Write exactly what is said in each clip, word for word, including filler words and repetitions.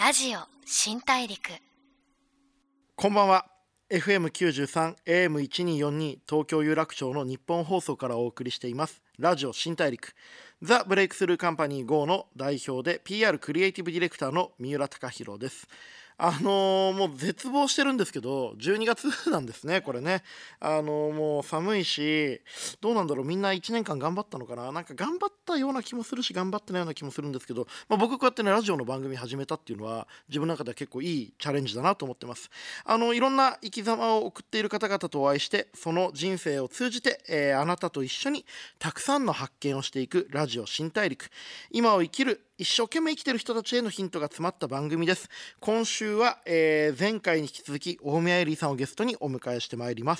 ラジオ新大陸。 こんばんは。 エフエムきゅうじゅうさん エーエムせんにひゃくよんじゅうに 東京有楽町の日本放送からお送りしていますラジオ新大陸。ザ・ブレイクスルーカンパニー ゴー の代表で ピーアール クリエイティブディレクターの三浦貴大です。あのー、もう絶望してるんですけど、じゅうにがつなんですね、これね。あのー、もう寒いし、どうなんだろう、みんないちねんかん頑張ったのかな。なんか頑張ったような気もするし、頑張ってないような気もするんですけど、まあ、僕こうやってね、ラジオの番組始めたっていうのは、自分の中では結構いいチャレンジだなと思ってます。あのいろんな生き様を送っている方々とお会いして、その人生を通じて、えーあなたと一緒にたくさんの発見をしていくラジオ新大陸。今を生きる、一生懸命生きてる人たちへのヒントが詰まった番組です。今週は、えー前回に引き続き大宮エリーさんをゲストにお迎えしてまいります。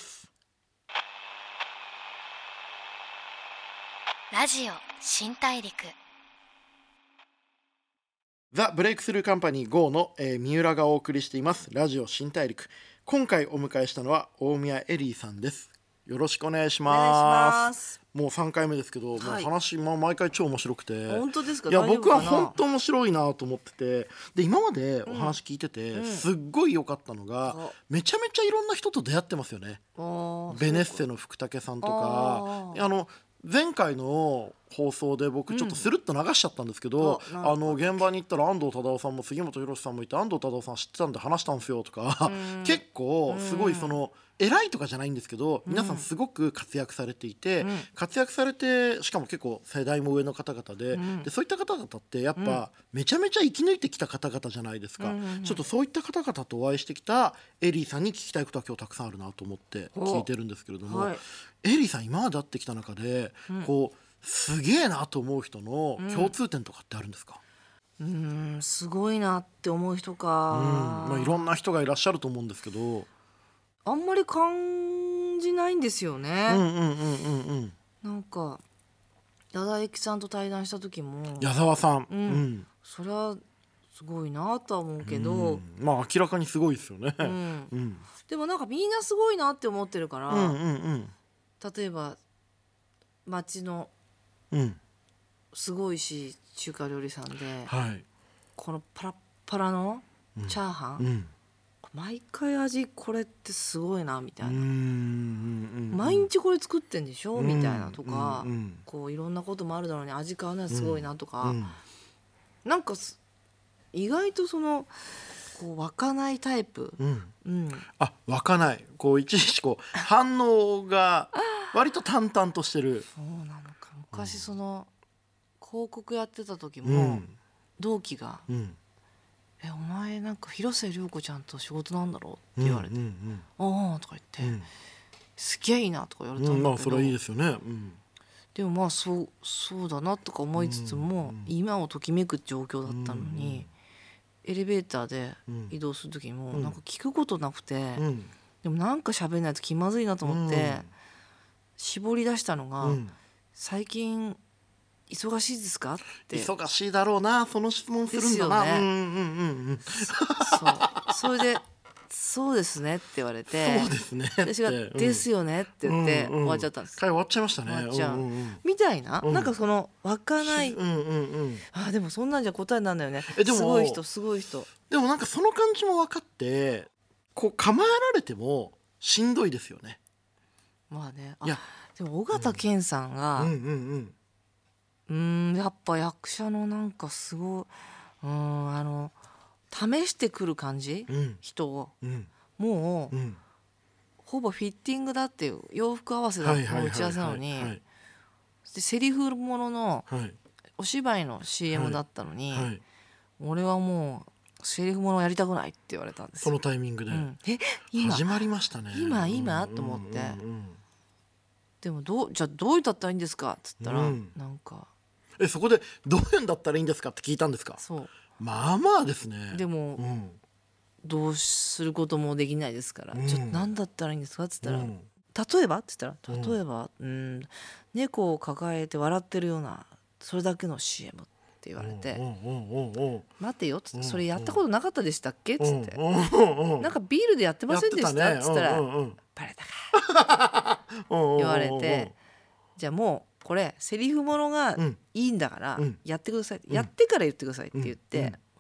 ラジオ新大陸。 ザ・ブレイクスルーカンパニー ゴー の、えー三浦がお送りしていますラジオ新大陸。今回お迎えしたのは大宮エリーさんです。よろしくお願いします。 お願いします。 もうさんかいめですけど、 はいもう話、まあ、毎回超面白くて、 本当ですか？ いや大丈夫僕はかな？ 本当面白いなと思ってて、で今までお話聞いてて、 うんすっごい良かったのが、 うんめちゃめちゃいろんな人と出会ってますよね。 あーベネッセの福武さんとか、 あーあの前回の放送で僕ちょっとスルッと流しちゃったんですけど、 うんああの現場に行ったら安藤忠雄さんも杉本博さんもいて、安藤忠雄さん知ってたんで話したんですよとか、 うん結構すごいその偉いとかじゃないんですけど、皆さんすごく活躍されていて、 うん活躍されてしかも結構世代も上の方々で、 うんでそういった方々ってやっぱめちゃめちゃ生き抜いてきた方々じゃないですか、 うんうんうんちょっとそういった方々とお会いしてきたエリーさんに聞きたいことは今日たくさんあるなと思って聞いてるんですけれども、 はいエリーさん今まで会ってきた中で、こうすげえなと思う人の共通点とかってあるんですか？ うーんすごいなって思う人うんか、 まあ、いろんな人がいらっしゃると思うんですけど、 あんまり感じないんですようんね、 うんうんうんうんなんか矢田駅さんと対談した時も矢沢さん、 うんうんそれはすごいなとは思うけど、 うんまあ明らかにすごいですよね、 うんうんでもなんかみんなすごいなって思ってるから、 うんうんうん例えば町のうんすごいし中華料理さんで、 はいこのパラッパラのチャーハン、 うん毎回味これってすごいなみたいな、 うんうんうん毎日これ作ってんでしょ、 うんみたいなとか、 うんうんこういろんなこともあるだろうに味変わるのはすごいなとか、 うんなんかす意外とそのこう湧かないタイプ、 うんうん、 あ湧かない、こういちいちこう反応が割と淡々としてる。 そうなのか。昔その広告やってた時うもん同期がうん 「えお前なんか広末涼子ちゃんと仕事なんだろ?」って言われてうん 「ああ」とか言ってうん 「すげえいいな」とか言われたうんん、まあだけど、 それはいいですよね。うんでもまあそうそうだなとか思いつつも、 うん今をときめく状況だったのに、エレベーターでうん移動する時もうんなんか聞くことなくて、 うんでもなんか喋んないと気まずいなと思って、絞り出したのが、 うん最近忙しいですか?」って忙しいだろうな、その質問するんだな。 ですよねうんうんうんうんそうそれで「そうですね」って言われてそうですねって私が「ですよね」って言ってうんうん終わっちゃったんです、 会終わっちゃいましたね。 終わっちゃうんんんみたいな、 うんなんかその湧かない、 うんうんうんあでもそんなんじゃ答えにならないよね。 えでもすごい人すごい人。 でもなんかその感じも分かって、こう構えられてもしんどいですよね。 まあね。 いやあでも尾形健さんがうんうんうんうーんやっぱ役者のなんかすごいうーんあの試してくる感じ、 うん人をうんもう、 うんほぼフィッティングだっていう洋服合わせだはいはいはいの打ち合わせなのに、 はいでセリフもののはいお芝居の シーエム だったのに、 はい俺はもうセリフものやりたくないって言われたんですそよ。 のタイミングでうん、え今始まりましたね。 今今うんと思ってうんうんでもどうじゃあどういったったらいいんですかっつったら、 うんなんかえそこでどういうんだったらいいんですかって聞いたんですか？ そうまあまあですね。 でも、 うんどうすることもできないですから、 うんちょっと何だったらいいんですかっつったら、 うん例えばって言ったうんら例えば、うん、猫を抱えて笑ってるようなそれだけの シーエム って言われて、 うんうんうんうん待てよっつって、 うんそれやったことなかったでしたっけっつって、 うんうんうんなんかビールでやってませんでしたっつったら、 うんうんうんバレたかうん言われて、じゃあもうこれセリフものがうんいいんだからうんやってください、 んやってから言ってくださいって言って、 うんうん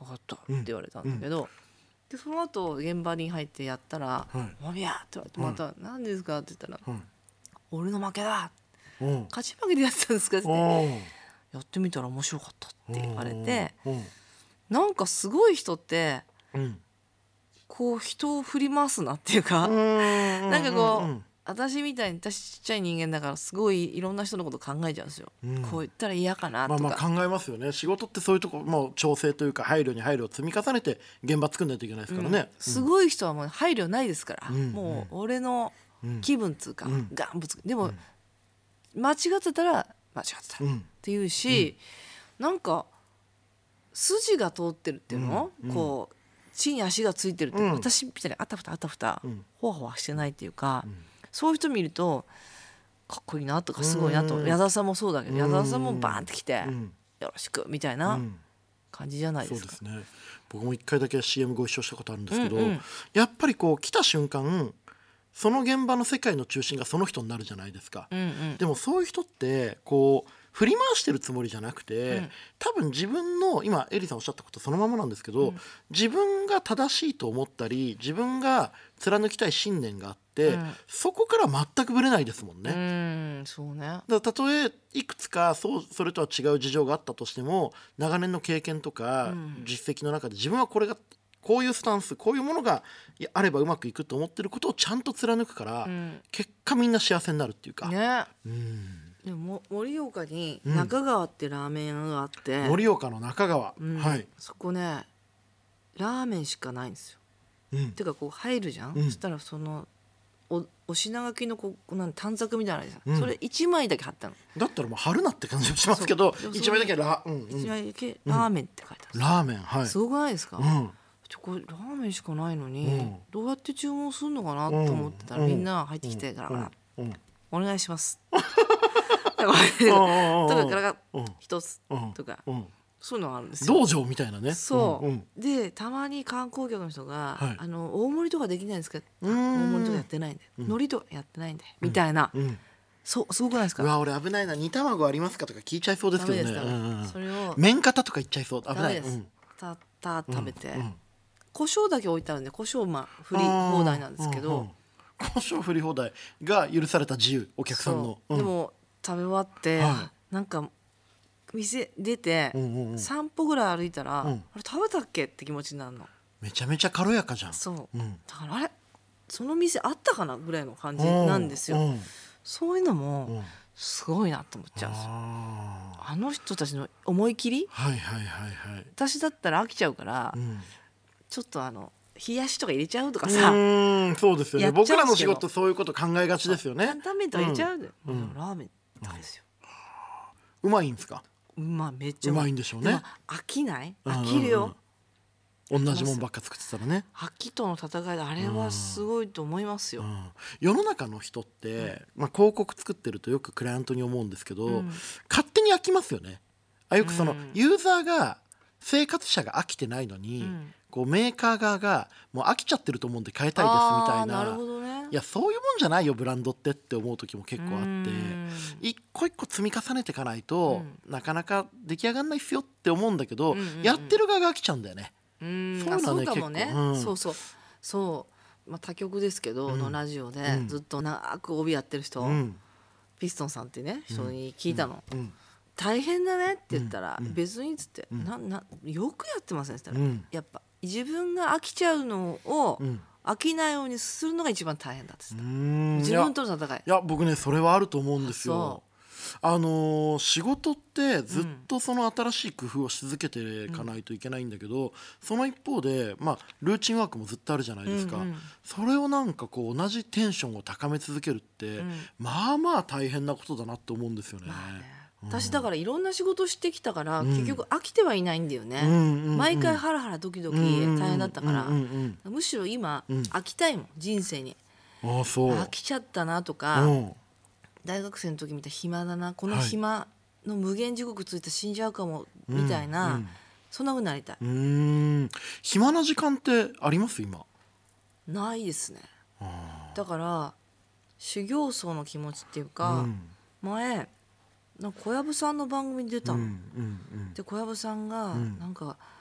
分かったって言われたんだけど、でその後現場に入ってやったらはい 「マミヤ!」って言われてまた「何ですか?」って言ったらはい 「俺の負けだ!」 うん勝ち負けでやってたんですか?」って言ってうんやってみたら面白かったって言われて、 うんなんかすごい人ってうんこう人を振り回すなっていうか、 うんなんかこう、 うん私みたいに私ちっちゃい人間だからすごいいろんな人のこと考えちゃうんですよ、 うんこう言ったら嫌かなまとか、 あまあ考えますよね。仕事ってそういうとこもう調整というか配慮に配慮を積み重ねて現場作んないといけないですからね、 うんすごい人はもう配慮ないですから、 うんもう俺のうん気分つうか、 うんガンぶつでも、間違ってたら間違ってたっうんていうし、なんか筋が通ってるっていうの、 うんうんこう地に足がついてるっていう、 うん私みたいにあたふたあたふた、 うんほわほわしてないっていうか、 んそういう人見るとかっこいいなとかすごいなと、 うん矢沢さんもそうだけど、 うん矢沢さんもバーンってきて、 うんよろしくみたいうなん感じじゃないですか。 そうですね。僕も一回だけ シーエム ご一緒したことあるんですけど、 うんうんやっぱりこう来た瞬間その現場の世界の中心がその人になるじゃないですか、 うんうんでもそういう人ってこう振り回してるつもりじゃなくて、 うん多分自分の今エリさんおっしゃったことそのままなんですけど、自分が正しいと思ったり自分が貫きたい信念があって、 うんそこから全くぶれないですもんね。 うーんそうね。 だからたとえいくつかそうそれとは違う事情があったとしても長年の経験とかうん実績の中で自分はこれがこういうスタンスこういうものがいやあればうまくいくと思ってることをちゃんと貫くから、 うん結果みんな幸せになるっていうか、 ね、 うんでも盛岡にうん中川ってラーメン屋があって、 盛岡の中川、 うんはい、 そこねラーメンしかないんですよ。 うんてかこう入るじゃん、 うんそしたらそのおお品書きのこうなん短冊みたいなのあるじゃん、 うんそれいちまいだけ貼ったの、 だったらもう春なって感じがしますけどそう一枚だけラ,、うんうんいちまいだけラーメンって書いてある、 ラーメンはい、 すごくないですか、 うんちょこれラーメンしかないのに、 うんどうやって注文するのかなと思ってたら、 うんみんな入ってきてガラガラ、 うんうんお願いしますとうんうんうんかガラガラうん一つうんとか、 うんそういうのがあるんですよ。 道場みたいなねそう、 んんでたまに観光客の人が、 はいあの大盛りとかできないんですか、 うーん大盛りとかやってないんで、海苔とかやってないんで、みたいな、 うんそうすごくないですか。 うわ俺危ないな煮卵ありますかとか聞いちゃいそうですダけどねメですダメです、 うんうんそれを麺型とか言っちゃいそう危ダないメです、たった食べて、 うんうん胡椒だけ置いてあるんで胡椒まあ振り放題なんですけど、 うんうん胡椒振り放題が許された自由お客さんのそう、でも食べ終わって、 はなんか店出て、 うんうんうん散歩ぐらい歩いたら、 うんあれ食べたっけって気持ちになるの。 めちゃめちゃ軽やかじゃんそう、 うんだからあれその店あったかなぐらいの感じなんですよ、 うんうんそういうのうもんすごいなと思っちゃうんですよ。 あーあの人たちの思い切り、 はいはいはいはい私だったら飽きちゃうから、 うんちょっとあの冷やしとか入れちゃうとかうさ、 ーんそうですよねやっちゃうんですけど僕らの仕事そういうこと考えがちですよね担々麺とか入れちゃうで、 うんもうラーメンだけですよ。 うまいんですかうまいめっちゃうまいんでしょうねでも飽きないうんうんうん飽きるよ、 同じもんばっか作ってたらね飽きとの戦いであれはすごいと思いますよ、 うん世の中の人って、まあ、広告作ってるとよくクライアントに思うんですけど、 うん勝手に飽きますよねあよくその、 うんユーザーが生活者が飽きてないのに、 うんこうメーカー側がもう飽きちゃってると思うんで変えたいですみたいなあーなるほどね。 いやそういうもんじゃないよブランドってって思う時も結構あってうん一個一個積み重ねていかないと、なかなか出来上がんないっすよって思うんだけど、 うんうんうんやってる側が飽きちゃうんだよね。 うんそういうのはねあそうかもね、 結構うんそうそうそう、まあ、他局ですけど、 うんのラジオでうんずっと長く帯やってる人、 うんピストンさんってね人に聞いたの、 うん大変だねって言ったら、 うんうん別にっつって、 うんななよくやってませんって言ったら、 うんやっぱ自分が飽きちゃうのをうん飽きないようにするのが一番大変だってう言ってた、 ん自分との戦い。 いや僕ねそれはあると思うんですよ。あのー仕事ってずっとその新しい工夫をし続けていかないといけないんだけど、その一方で、まあ、ルーチンワークもずっとあるじゃないですか、 うんうんそれをなんかこう同じテンションを高め続けるって、 うんまあまあ大変なことだなって思うんですよね。 まあねうん私だからいろんな仕事してきたから、 うん結局飽きてはいないんだよね、 うんうんうん毎回ハラハラドキドキ大変だったから、 うんうんうんむしろ今、 うん飽きたいもん人生に。 うんああそう飽きちゃったなとか、 うん大学生の時見た暇だなこの暇の無限地獄ついたら死んじゃうかも、みたいな、 うんそんな風になりたい、 うんうーん暇な時間ってあります今？ ないですね。 あだから修行僧の気持ちっていうーか、 うん前なんか小籔さんの番組に出たの、 うんうんうんで小籔さんがうんなんか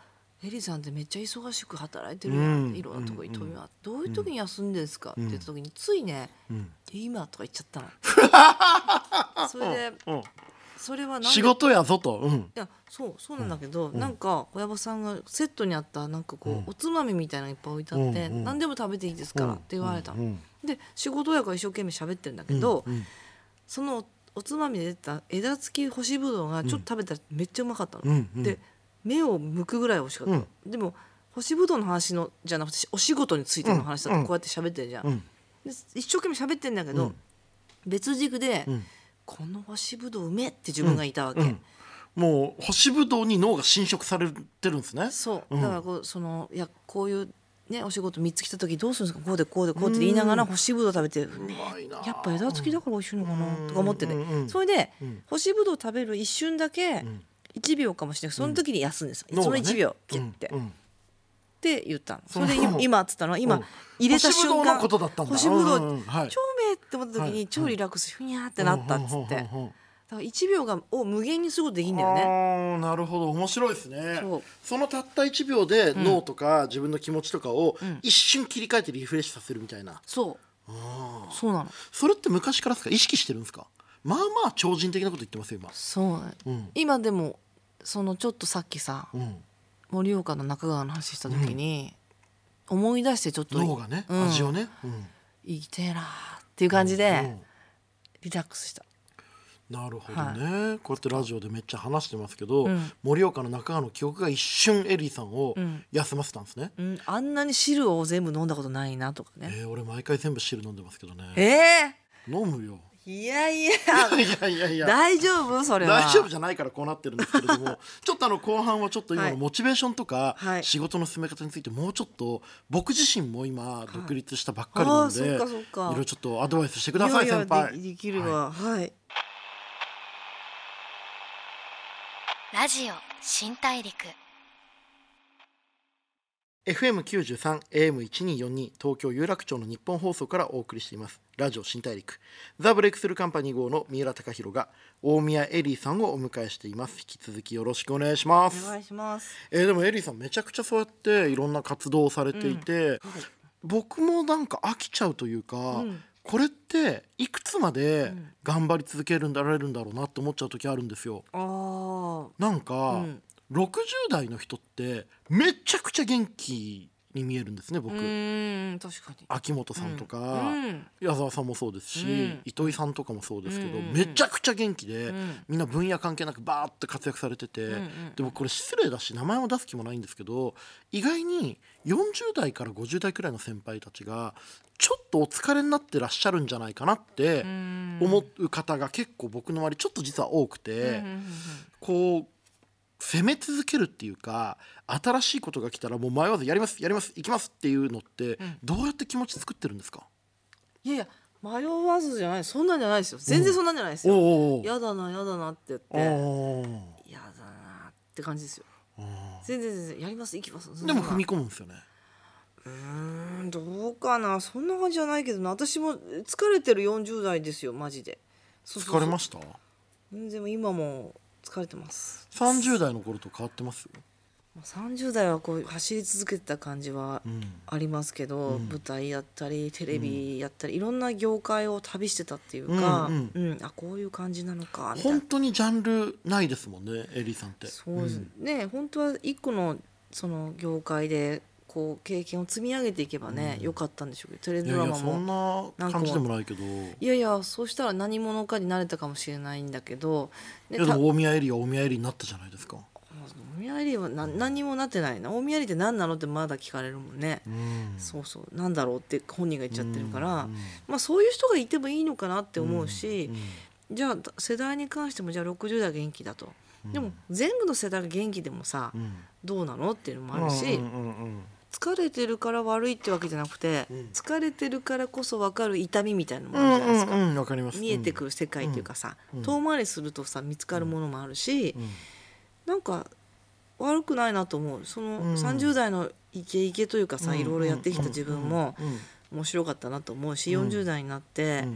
エリさんってめっちゃ忙しく働いてるやん、 うんいろんなとこに飛び回って、 うんどういう時に休んでんですか、って言った時についね、 うん今とか言っちゃったのそれでうんそれはなんで仕事やぞと、うんいやそうそうなんだけど、 うんなんか小籔さんがセットにあったなんかこう、 うんおつまみみたいなのいっぱい置いてあって、 うんうん何でも食べていいですからって言われたの、 うんで仕事やから一生懸命喋ってるんだけど、 うんそのおつまみで出た枝付き干しぶどうがちょっと食べたらめっちゃうまかったの、 うんうんで目を向くぐらい美味しかったの、でも干しぶどうの話のじゃなくてお仕事についての話だとこうやって喋ってるじゃん、 うんで一生懸命喋ってんだけど、 うん別軸で、 うんこの干しぶどううめえって自分がいたわけ、 うんもう干しぶどうに脳が侵食されてるんですね。 そううんだからこうそのいやこういうねお仕事みっつ来た時どうするんですかこうでこうでこうって言いながら干しぶどう食べて、ねうまいなやっぱ枝付きだから美味しいのかなとか思ってて、 うんうんうんそれで、 うん干しぶどう食べる一瞬だけんいちびょうかもしれないその時に休んです、その脳がねいちびょうピュッて、 うんうんって言ったのそそうれで今今っつったのは今、 うん入れた瞬間干しぶどうのことだったんだ干しぶどう、 うんうんうんはい超うめえって思った時に、 はい超リラックスふにゃーってなったっつって、 うんうんうんうんだからいちびょうがを無限にすることできるんだよね。 あーなるほど面白いですね。 そうそのたったいちびょうで脳とか自分の気持ちとかをん一瞬切り替えてリフレッシュさせるみたいな、 そうあーそうなのそれって昔からですか意識してるんですか。まあまあ超人的なこと言ってますよ今。 そうなの、 うん今でもそのちょっとさっきさうん、 盛岡の中川の話した時に、思い出してちょっと脳がね、 うん味をね、うん生きてえなーっていう感じでリラックスした、 うん、なるほどね、こうやってラジオでめっちゃ話してますけど、 うん盛岡の中川の記憶が一瞬エリーさんをうん休ませたんですね、 うん、あんなに汁を全部飲んだことないなとかね、 えー、俺毎回全部汁飲んでますけどね。 え飲むよ。 ー、いやいやいやいやいや大丈夫それは大丈夫じゃないからこうなってるんですけれどもちょっとあの後半はちょっと今はいのモチベーションとかはい仕事の進め方についてもうちょっと僕自身も今独立したばっかりなので、 あーいそっかそっかろいろちょっとアドバイスしてくださいいやいや先輩。 でできるわはい、 ラジオ新大陸。 エフエムきゅうじゅうさん エーエムせんにひゃくよんじゅうに 東京有楽町の日本放送からお送りしていますラジオ新大陸ザ・ブレイクスルーカンパニー号の三浦貴大が大宮エリーさんをお迎えしています。引き続きよろしくお願いしますお願いします。 えーでもエリーさんめちゃくちゃそうやっていろんな活動をされていて、僕もなんか飽きちゃうというか、 うんこれっていくつまでん頑張り続けるんだられるんだろうなって思っちゃう時あるんですよ。 あなんか、 うんろくじゅう代の人ってめちゃくちゃ元気に見えるんですねあ、う僕。 ーん確かに。 秋元さんとか、 うん矢沢さんもそうですし、 うん糸井さんとかもそうですけど、 うんうんうんめちゃくちゃ元気で、 うんみんな分野関係なくバーって活躍されてて、 うんうんで僕これ失礼だし名前を出す気もないんですけど意外によんじゅう代からごじゅう代くらいの先輩たちがちょっとお疲れになってらっしゃるんじゃないかなってうん思う方が結構僕の周りちょっと実は多くて、 うんうんうんこう攻め続けるっていうか新しいことが来たらもう迷わずやりますやります行きますっていうのってうんどうやって気持ち作ってるんですか。 いやいや迷わずじゃないそんなんじゃないですよ全然そんなんじゃないですよ、 おうおうおうやだなやだなって言っておうやだなって感じですよおう全然全然やります行きますでも踏み込込むんですよね。 うーんどうかなそんな感じじゃないけどな私も疲れてるよんじゅう代ですよマジでそうそうそう疲れました。 全然今も疲れてますさんじゅう代の頃と変わってますよ。 さんじゅう代はこう走り続けてた感じはうんありますけど、 うん舞台やったりテレビやったり、いろんな業界を旅してたっていうか、 うんうんあこういう感じなのかみたいな本当にジャンルないですもんねエリーさんって。 そうですね、本当は一個のその業界でこう経験を積み上げていけばね、 うんよかったんでしょうけどテレいビドラマやいやそんもな感じでもないけど、 いやいやそうしたら何者かになれたかもしれないんだけどいやででたも大宮エリーは大宮エリーになったじゃないですか。 大宮エリーはな何にもなってないな大宮エリーって何なのってまだ聞かれるもんね、 うんそうそうなんだろうって本人が言っちゃってるから、 うんまあ、そういう人がいてもいいのかなって思うし、 うんじゃあ世代に関してもじゃあろくじゅう代元気だと、 うんでも全部の世代が元気でもさ、 うんどうなのっていうのもあるし、 うんうんうんうん疲れてるから悪いってわけじゃなくて、 うん疲れてるからこそ分かる痛みみたいなのもあるじゃないですか、 うんうんうんわかります。 見えてくる世界っていうかさ、 うん遠回りするとさ見つかるものもあるし、 うんなんか悪くないなと思うその、 うんさんじゅう代のイケイケというかさ、 うんいろいろやってきた自分もうんうん面白かったなと思うし、よんじゅう代になって、 うん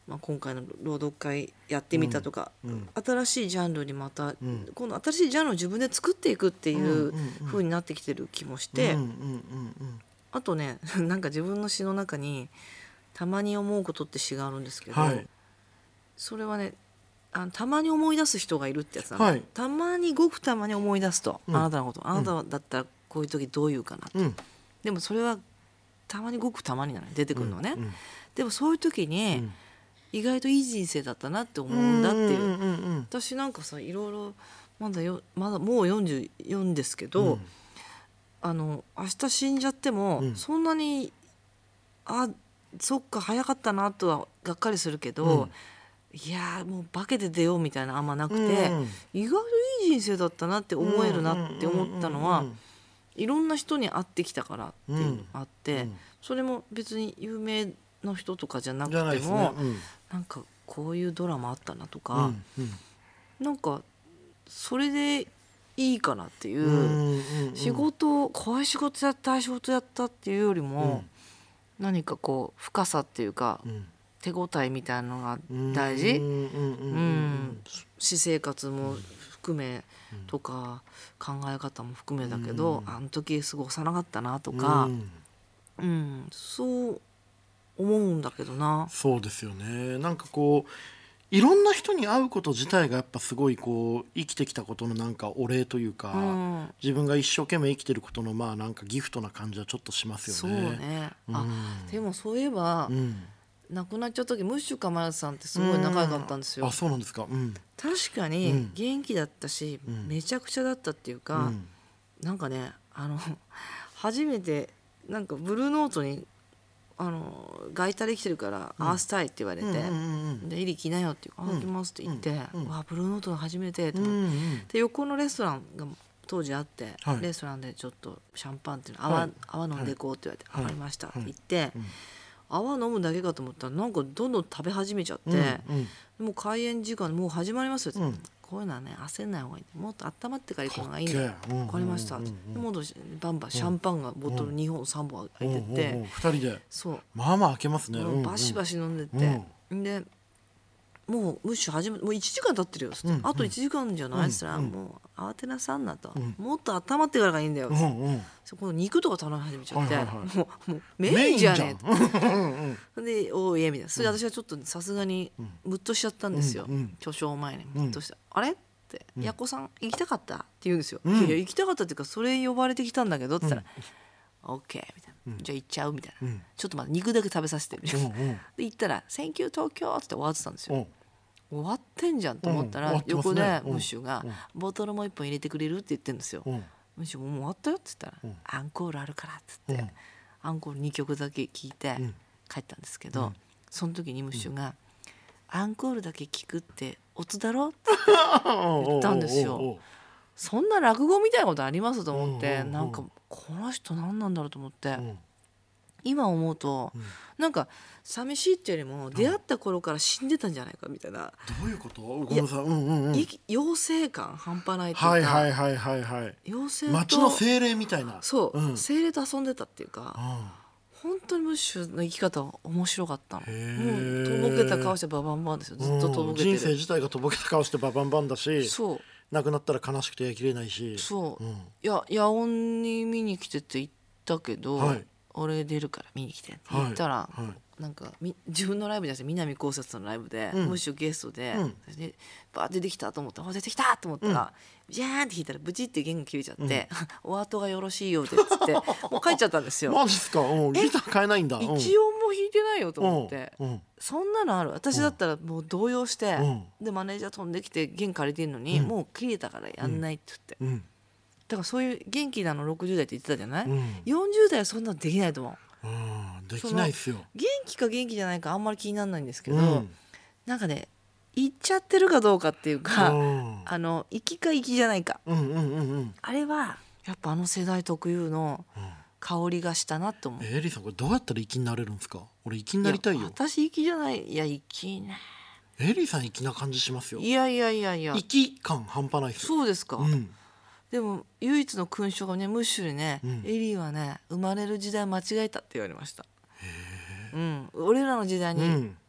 まあ、今回の朗読会やってみたとか、 うんうん新しいジャンルにまた、 うんこの新しいジャンルを自分で作っていくっていううんうんうん風になってきてる気もして、 うんうんうんあとねなんか自分の詩の中にたまに思うことって詩があるんですけど、 はいそれはねあのたまに思い出す人がいるってやつなの、 はいたまにごくたまに思い出すと、 うんあなたのことあなただったらこういう時どう言うかな、 うんでもそれはたまにごくたまになのよ出てくるのはね、 うんでもそういう時に、 うん意外といい人生だったなって思うんだっていう、 んうんうん私なんかさいろいろまだよまだもうよんじゅうよんですけど、 うんあの明日死んじゃっても、 うんそんなにあそっか早かったなとはがっかりするけど、いやーもう化けて出ようみたいなあんまなくて、 うん意外といい人生だったなって思えるなって思ったのは、いろんな人に会ってきたからっていうのがあって、 うんそれも別に有名な人とかじゃなくじゃないても、 ですねうんなんかこういうドラマあったなとうか、 んうんなんかそれでいいかなっていう、 うんうんうん仕事こういう仕事やったああいう仕事やったっていうよりも、何かこう深さっていうか、 うん手応えみたいなのがうん大事、 うんうんうんうん私生活も含めとか、考え方も含めだけど、 うんあの時すごい幼かったなとうか、 んうんそう思うんだけどな。 そうですよね。なんかこういろんな人に会うこと自体がやっぱすごいこう生きてきたことのなんかお礼というか、 うん自分が一生懸命生きてることのまあなんかギフトな感じはちょっとしますそうよね。 ね、 うんあでもそういえば、 うん亡くなっちゃった時ムッシュかまやさんってすごい仲良かったんですよ。 あ、そうなんですか。うん確かうにん元気だったし、 うんめちゃくちゃだったっていううか、 んなんかねあの初めてなんかブルーノートにあのガイタレ来てるから合わせたいって言われて、 うんうんうんで「エリ来なよ」って言うから「 うんあ来ます」って言って「 うんうんわあブルーノートの初めて」とうんう思って、 んで横のレストランが当時あって、 はいレストランでちょっとシャンパンっていうの泡、 はい泡飲んでいこうって言われて「 はい分かりました」ってはい言って、 うん泡飲むだけかと思ったらなんかどんどん食べ始めちゃって、 うんもう開演時間もう始まりますよって、 うんこういうのはね焦んない方がいいもっと温まってから行くのがいいんだかっけえうん分かりました、 うんうんうんでもうバンバンシャンパンがボトルにほんさんぼん開いてって、 うんうんうん二人でそうまあまあ開けますね。 もうバシバシ。 シ飲んでって、でもうムッシュ始めもういちじかん経ってるよっつって、 うんうんあといちじかんじゃないっつったら、 うんもう慌てなさんなと、 うんもっと温まってからがいいんだよっつって、 うんうん。 そこの肉とか頼み始めちゃって、 はいはいはいもうもうメインじゃねえメインじゃんうんうんで「おおいえ」みたいなそれで私はちょっとさすがにムッとしちゃったんですよ、 うんうん巨匠前にムッとして「あれ?」って「 んやっこさん行きたかった?」って言うんですよ「 うんいやいや行きたかったっていうかそれ呼ばれてきたんだけど」って言ったら「オッケー」みたいな「じゃあ行っちゃう」みたいな、 うんちょっとまだ肉だけ食べさせてみたいな、 うんうんで行ったら「センキュー東京」って終わってたんですよ、 うん終わってんじゃんと思ったら、 うん終わってます横ねでムッシュが「ボトルもう一本入れてくれる?」って言ってるんですよ、 うんムッシュももう終わったよって言ったら、 うんアンコールあるからっつって、 うんアンコールにきょくだけ聞いてん帰ったんですけど、 うんその時にムッシュが、アンコールだけ聞くってオツだろ?」って言ったんですよそんな落語みたいなことありますと思って、 うんうんうんなんかこの人何なんだろうと思って、 うん今思うと、 うんなんか寂しいっていうよりも出会った頃から死んでたんじゃないかみたいな、 どういうこと？ごめんなさい。うんうんうん。 い妖精感半端ないっていうか、 はいはいはいはいはい。 妖精と街の精霊みたいな。 そう、 うん。 精霊と遊んでたっていうか、 あ本当にムッシュの生き方は面白かったの。もへーうとぼけた顔してババンバンですよ。ずっととぼけてる。 人生自体がとぼけた顔してババンバンだし、 そう亡くなったら悲しくて焼きれないし。 そう。 うんいや野音に見に来てって言ったけど、 はい俺出るから見に来てって言ったら、 はいはいなんかみ自分のライブじゃなくて南こうせつのライブで、 うんムッシュゲストで、 うんでバーって出てきたと思ったらあ出てきたと思ったら、ジャーンって弾いたらブチって弦が切れちゃって、お後がよろしいようでっつってもう帰っちゃったんですよ。 マジっすか。うん。ギター買えないんだ。うん一音も弾いてないよと思って、 うんうんそんなのある私だったらもう動揺して、 うんでマネージャー飛んできて弦借りてんのに、もう切れたからやんないって言って、 うんだからそういう元気なのろくじゅう代って言ってたじゃない、 うんよんじゅう代はそんなのできないと思う。 うん。できないっすよ。 元気か元気じゃないかあんまり気にならないんですけど、 うんなんかね言っちゃってるかどうかっていうか、 うんあの生きか生きじゃないか、 うんうんうんうん。 あれはやっぱあの世代特有の香りがしたなって思う。 えエリーさんこれどうやったら粋になれるんですか？俺粋になりたいよ。 や私生きじゃないいや生きねエリーさん粋な感じしますよ。 いやいやいやいや粋感半端ないっすよ。 そうですか、 うん。 でも唯一の勲章がねムッシュにね、 うんエリーはね生まれる時代間違えたって言われました。うん、俺らの時代にうん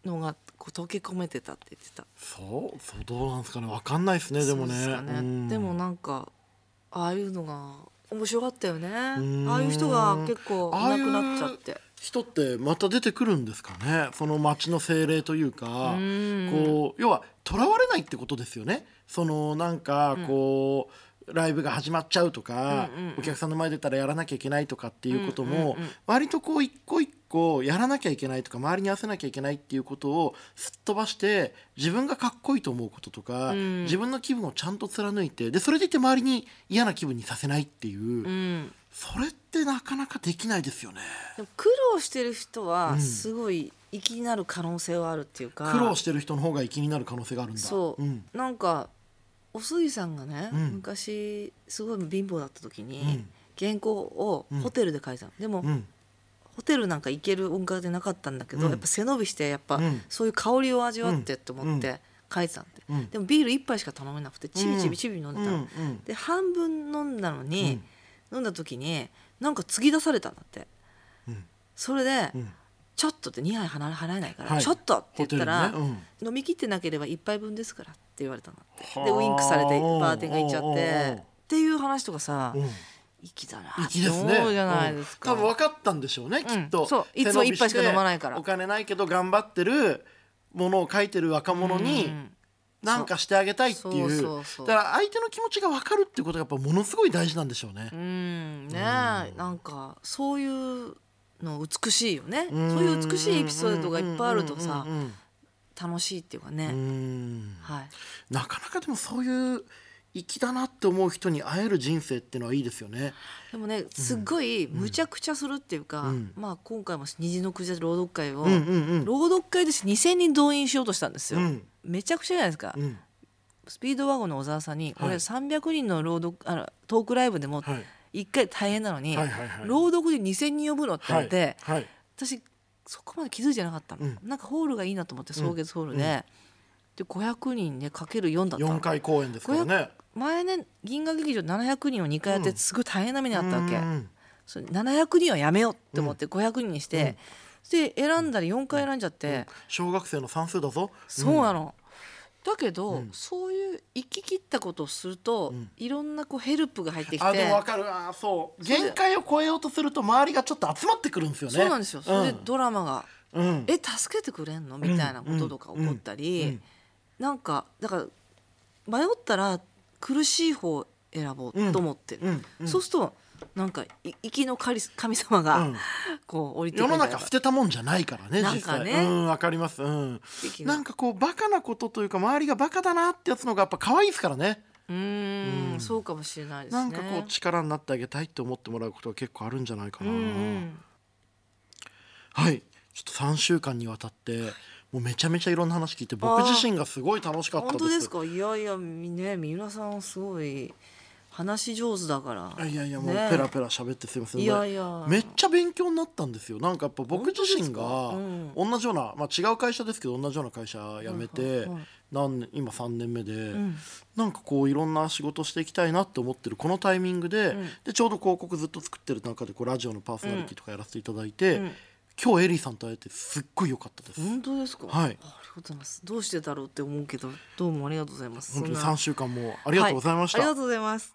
のがこう溶け込めてたって言ってた。 そうそうどうなんですかね、分かんないですね。でもねそうですかね、 うん、 でもなんかああいうのが面白かったよね。あんあいう人が結構いなくなっちゃって。 人ってまた出てくるんですかね、その街の精霊というか、 うんこう要は囚われないってことですよね。そのなんかこう、ライブが始まっちゃうとか、 うんうんうんお客さんの前出たらやらなきゃいけないとかっていうことも、 うんうんうん割とこう一個一個やらなきゃいけないとか周りに合わせなきゃいけないっていうことをすっ飛ばして自分がかっこいいと思うこととか、 うん自分の気分をちゃんと貫いて、でそれでいて周りに嫌な気分にさせないっていう、 うんそれってなかなかできないですよね。 でも苦労してる人うはんすごい粋になる可能性はあるっていうか、 苦労してる人の方が気になる可能性があるんだ。 そう、 んなんかおすぎさんがね、 うん昔すごい貧乏だった時に、 うん原稿をホテルで書いたの、でも、 うんホテルなんか行ける音楽でなかったんだけど、 うんやっぱ背伸びしてやっぱ、 うんそういう香りを味わってって思って書いてたんで、 うんでもビール一杯しか頼めなくてちびちびちび飲んでたの、 うんうんで半分飲んだのに、飲んだ時になんか継ぎ出されたんだって、 うんそれで、 うんちょっとってにはい払払えないから、 はいちょっとって言ったら、 ホテルね飲み切ってなければ一杯分ですからって言われたのうんでウインクされてバーテンが行っちゃっおーおーおーてっていう話とかさ、 うん粋だな粋ですね。 そうじゃないですか、 うん多分分かったんでしょうね、きっと。 そういつも一杯しか飲まないからお金ないけど頑張ってるものを書いてる若者にうんなんかしてあげたいっていう。 そうそうそうだから相手の気持ちが分かるっていうことがやっぱものすごい大事なんでしょうねう。んねえ、なんかそういうの美しいよね、 うんそういう美しいエピソードがいっぱいあるとさ、 うんうんうん楽しいっていうかね、 うんうんはいなかなかでもそういう粋だなって思う人に会える人生っていうのはいいですよね。 でもねすっごい無茶苦茶するっていうか、 うんまあ今回も虹のクジラ朗読会を、 うんうんうん朗読会でにせんにん動員しようとしたんですよ、 うんめちゃくちゃじゃないですか、 うんスピードワゴンの小沢さんに、 はい俺さんびゃくにんの朗読あのトークライブでもはいいっかい大変なのに、 はいはいはい朗読でにせんにん呼ぶのって言われて、 はいはい私そこまで気づいてなかったの、 うんなんかホールがいいなと思って草月ホールで、 うんでごひゃくにんでかけるよんだったのよんかい公演ですからね。 前ね銀河劇場ななひゃくにんをにかいやってうんすごい大変な目にあったわけ、 うんそれななひゃくにんはやめようって思ってごひゃくにんにして、で選んだらよんかい選んじゃって、 小学生の算数だぞ。 そうなの、だけど、 うんそういう生き切ったことをすると、 うんいろんなこうヘルプが入ってきて、 あでも分かる。あそうそうだよ限界を超えようとすると周りがちょっと集まってくるんですよね。 そうなんですよ、それでドラマがうん 「え助けてくれんの?」みたいなこととか起こったり、 うんうんなんかだから迷ったら苦しい方を選ぼうと思ってる、 うんうんそうするとなんかい粋の神神様が、 うんこう降りてく世るんじゃないかの中捨てたもんじゃないからねなん実際。 かねうんわかります。うん的ななんかこうバカなことというか周りがバカだなってやつのがやっぱ可愛いですからね。 うーんうんそうかもしれないですね。 なんかこう力になってあげたいって思ってもらうことが結構あるんじゃないかな。 うんうんはいちょっとさんしゅうかんにわたってもうめちゃめちゃいろんな話聞いて僕自身がすごい楽しかったです。 本当ですか。いやいやみね三浦さんすごい話上手だから。 いやいやもうねペラペラ喋ってすいません。 いやいやめっちゃ勉強になったんですよ。なんかやっぱ僕自身が本当ですか同じような、まあ、違う会社ですけど同じような会社辞めて、 はいはいはい何年今さんねんめで、 んなんかこういろんな仕事していきたいなって思ってるこのタイミングで,、 んでちょうど広告ずっと作ってる中でこうラジオのパーソナリティとかやらせていただいて、 うん今日エリーさんと会えてすっごい良かったです。 本当ですか。 はいありがとうございます。どうしてだろうって思うけどどうもありがとうございます。 本当にそんなさんしゅうかんもありがとうございました。 はありがとうございます。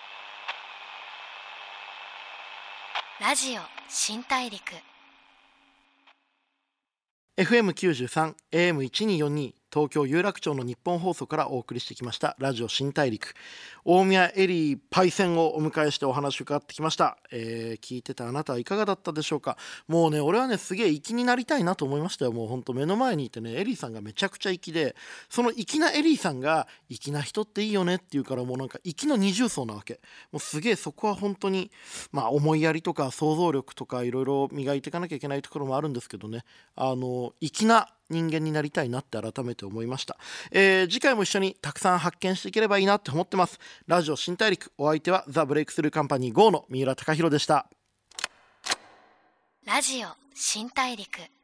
ラジオ新大陸。 エフエムきゅうじゅうさん エーエムせんにひゃくよんじゅうに 東京有楽町の日本放送からお送りしてきましたラジオ新大陸。大宮エリーパイセンをお迎えしてお話を伺ってきました、えー聞いてたあなたはいかがだったでしょうか。もうね俺はねすげえ粋になりたいなと思いましたよ。もうほんと目の前にいてねエリーさんがめちゃくちゃ粋で、その粋なエリーさんが粋な人っていいよねっていうからもうなんか粋の二重層なわけ。もうすげえそこは本当にまあ思いやりとか想像力とかいろいろ磨いていかなきゃいけないところもあるんですけどね、あの粋な人間になりたいなって改めて思いました、えー次回も一緒にたくさん発見していければいいなって思ってます。ラジオ新大陸、お相手はザ・ブレイクスルーカンパニー ゴー の三浦貴大でした。 ラジオ新大陸。